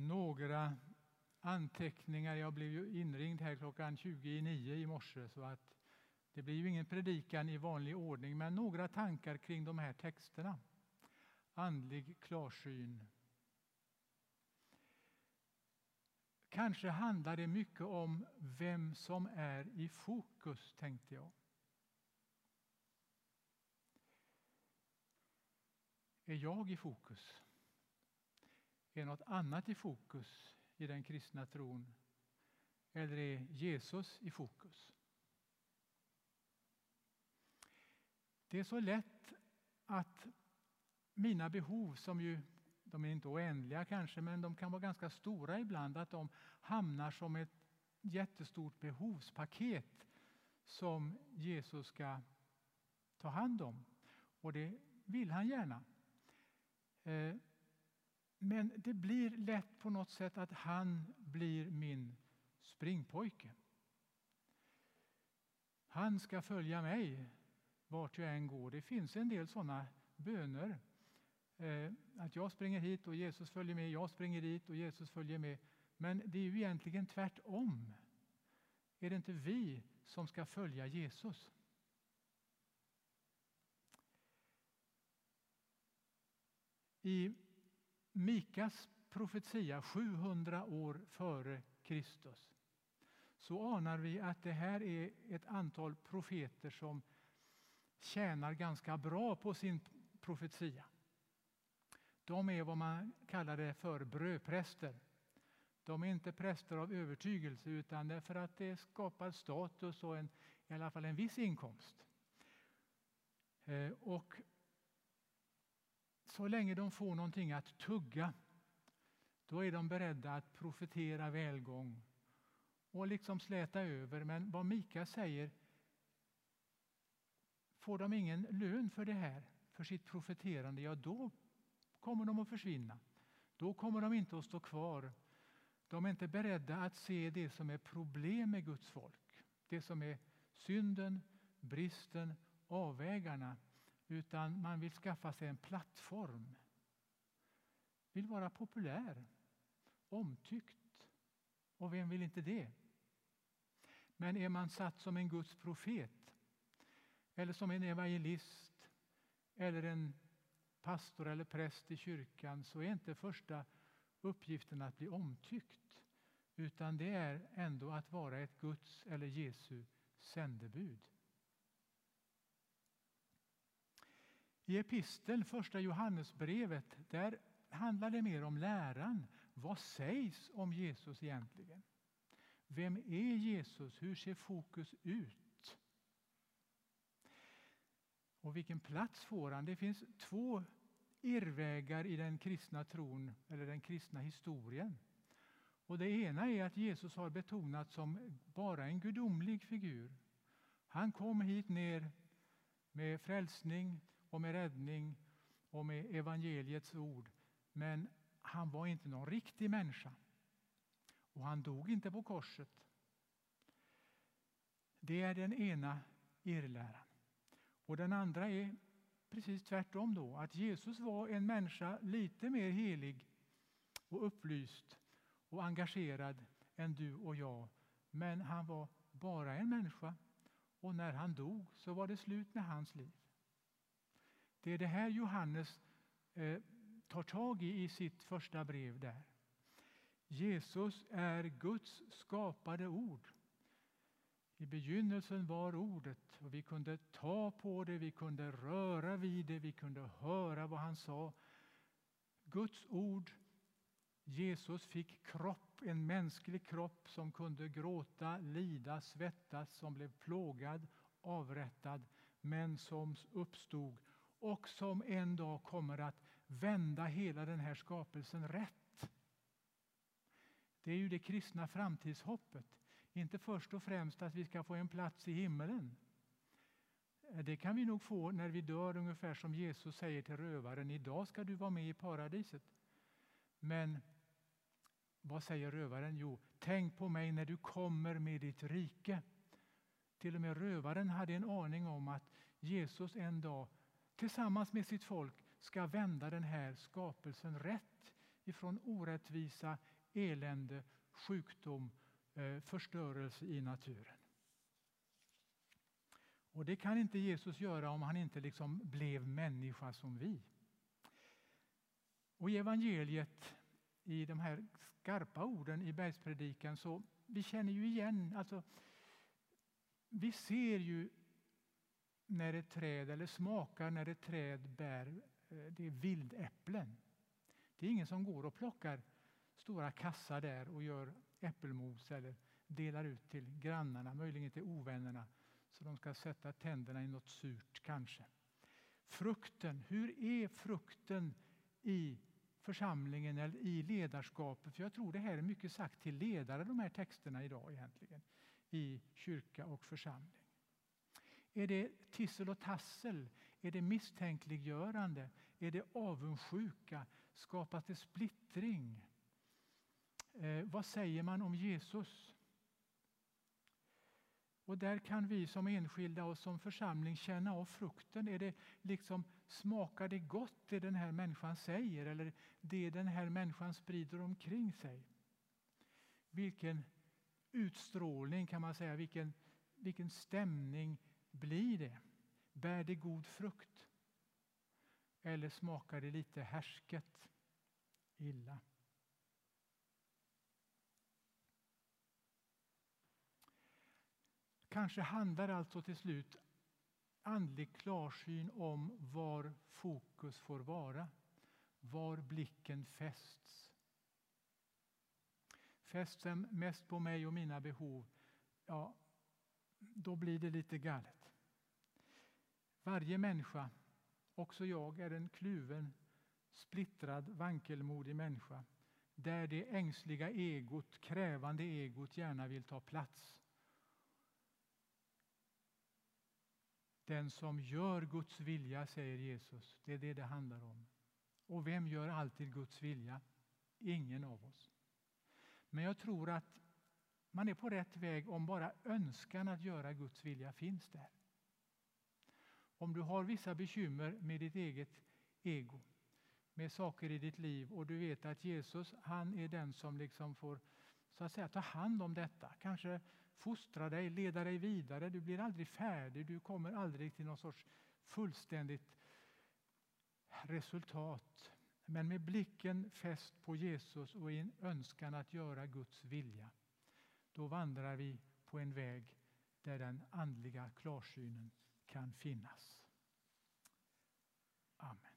några anteckningar. Jag blev ju inringd här klockan 8:20 i morse, så att det blir ju ingen predikan i vanlig ordning, men några tankar kring de här texterna. Andlig klarsyn. Kanske handlar det mycket om vem som är i fokus, tänkte jag. Är jag i fokus? Är något annat i fokus i den kristna tron? Eller är Jesus i fokus? Det är så lätt att mina behov, som ju, de är inte oändliga kanske, men de kan vara ganska stora ibland, att de hamnar som ett jättestort behovspaket som Jesus ska ta hand om. Och det vill han gärna. Men det blir lätt på något sätt att han blir min springpojke. Han ska följa mig vart jag än går. Det finns en del sådana böner. Att jag springer hit och Jesus följer med, jag springer dit och Jesus följer med. Men det är ju egentligen tvärtom. Är det inte vi som ska följa Jesus? I Mikas profetia 700 år före Kristus så anar vi att det här är ett antal profeter som tjänar ganska bra på sin profetia. De är vad man kallar det för brödpräster. De är inte präster av övertygelse, utan det är för att det skapar status och i alla fall en viss inkomst. Och så länge de får någonting att tugga, då är de beredda att profetera välgång och liksom släta över. Men vad Mika säger, får de ingen lön för det här, för sitt profeterande, ja då kommer de att försvinna. Då kommer de inte att stå kvar. De är inte beredda att se det som är problem med Guds folk. Det som är synden, bristen, avvägarna. Utan man vill skaffa sig en plattform. Vill vara populär, omtyckt. Och vem vill inte det? Men är man satt som en Guds profet, eller som en evangelist, eller en pastor eller präst i kyrkan, så är inte första uppgiften att bli omtyckt, utan det är ändå att vara ett Guds eller Jesu sändebud. I episteln, första Johannesbrevet, där handlar det mer om läran. Vad sägs om Jesus egentligen? Vem är Jesus? Hur ser fokus ut? Och vilken plats får han? Det finns två irrvägar i den kristna tron, eller den kristna historien. Och det ena är att Jesus har betonats som bara en gudomlig figur. Han kom hit ner med frälsning och med räddning och med evangeliets ord. Men han var inte någon riktig människa. Och han dog inte på korset. Det är den ena irrläran. Och den andra är precis tvärtom då. Att Jesus var en människa lite mer helig och upplyst och engagerad än du och jag. Men han var bara en människa. Och när han dog så var det slut med hans liv. Det är det här Johannes tar tag i sitt första brev där. Jesus är Guds skapade ord. I begynnelsen var ordet och vi kunde ta på det, vi kunde röra vid det, vi kunde höra vad han sa. Guds ord, Jesus fick kropp, en mänsklig kropp som kunde gråta, lida, svettas, som blev plågad, avrättad, men som uppstod och som en dag kommer att vända hela den här skapelsen rätt. Det är ju det kristna framtidshoppet. Inte först och främst att vi ska få en plats i himmelen. Det kan vi nog få när vi dör, ungefär som Jesus säger till rövaren: idag ska du vara med i paradiset. Men vad säger rövaren? Jo, tänk på mig när du kommer med ditt rike. Till och med rövaren hade en aning om att Jesus en dag tillsammans med sitt folk ska vända den här skapelsen rätt ifrån orättvisa elände, sjukdom, förstörelse i naturen. Och det kan inte Jesus göra om han inte liksom blev människa som vi. Och i evangeliet, i de här skarpa orden i bergspredikan, så vi känner ju igen, alltså vi ser ju när ett träd, eller smakar när ett träd bär, det är vildäpplen. Det är ingen som går och plockar stora kassar där och gör äppelmos eller delar ut till grannarna, möjligen till ovännerna, så de ska sätta tänderna i något surt kanske. Frukten, hur är frukten i församlingen eller i ledarskapet? För jag tror det här är mycket sagt till ledare, de här texterna idag egentligen, i kyrka och församling. Är det tissel och tassel? Är det misstänkliggörande? Är det avundsjuka? Skapas det splittring? Vad säger man om Jesus? Och där kan vi som enskilda och som församling känna av frukten. Är det liksom, smakar det gott det den här människan säger eller det den här människan sprider omkring sig? Vilken utstrålning kan man säga, vilken stämning blir det? Bär det god frukt? Eller smakar det lite härsket, illa? Kanske handlar alltså till slut andlig klarsyn om var fokus får vara, var blicken fästs. Fästs den mest på mig och mina behov, ja, då blir det lite galet. Varje människa, också jag, är en kluven, splittrad, vankelmodig människa, där det ängsliga egot, krävande egot gärna vill ta plats. Den som gör Guds vilja, säger Jesus, det är det handlar om. Och vem gör alltid Guds vilja? Ingen av oss. Men jag tror att man är på rätt väg om bara önskan att göra Guds vilja finns där. Om du har vissa bekymmer med ditt eget ego, med saker i ditt liv, och du vet att Jesus, han är den som liksom får, så att säga, ta hand om detta. Kanske fostra dig, leda dig vidare. Du blir aldrig färdig, du kommer aldrig till någon sorts fullständigt resultat. Men med blicken fäst på Jesus och i en önskan att göra Guds vilja, då vandrar vi på en väg där den andliga klarsynen kan finnas. Amen.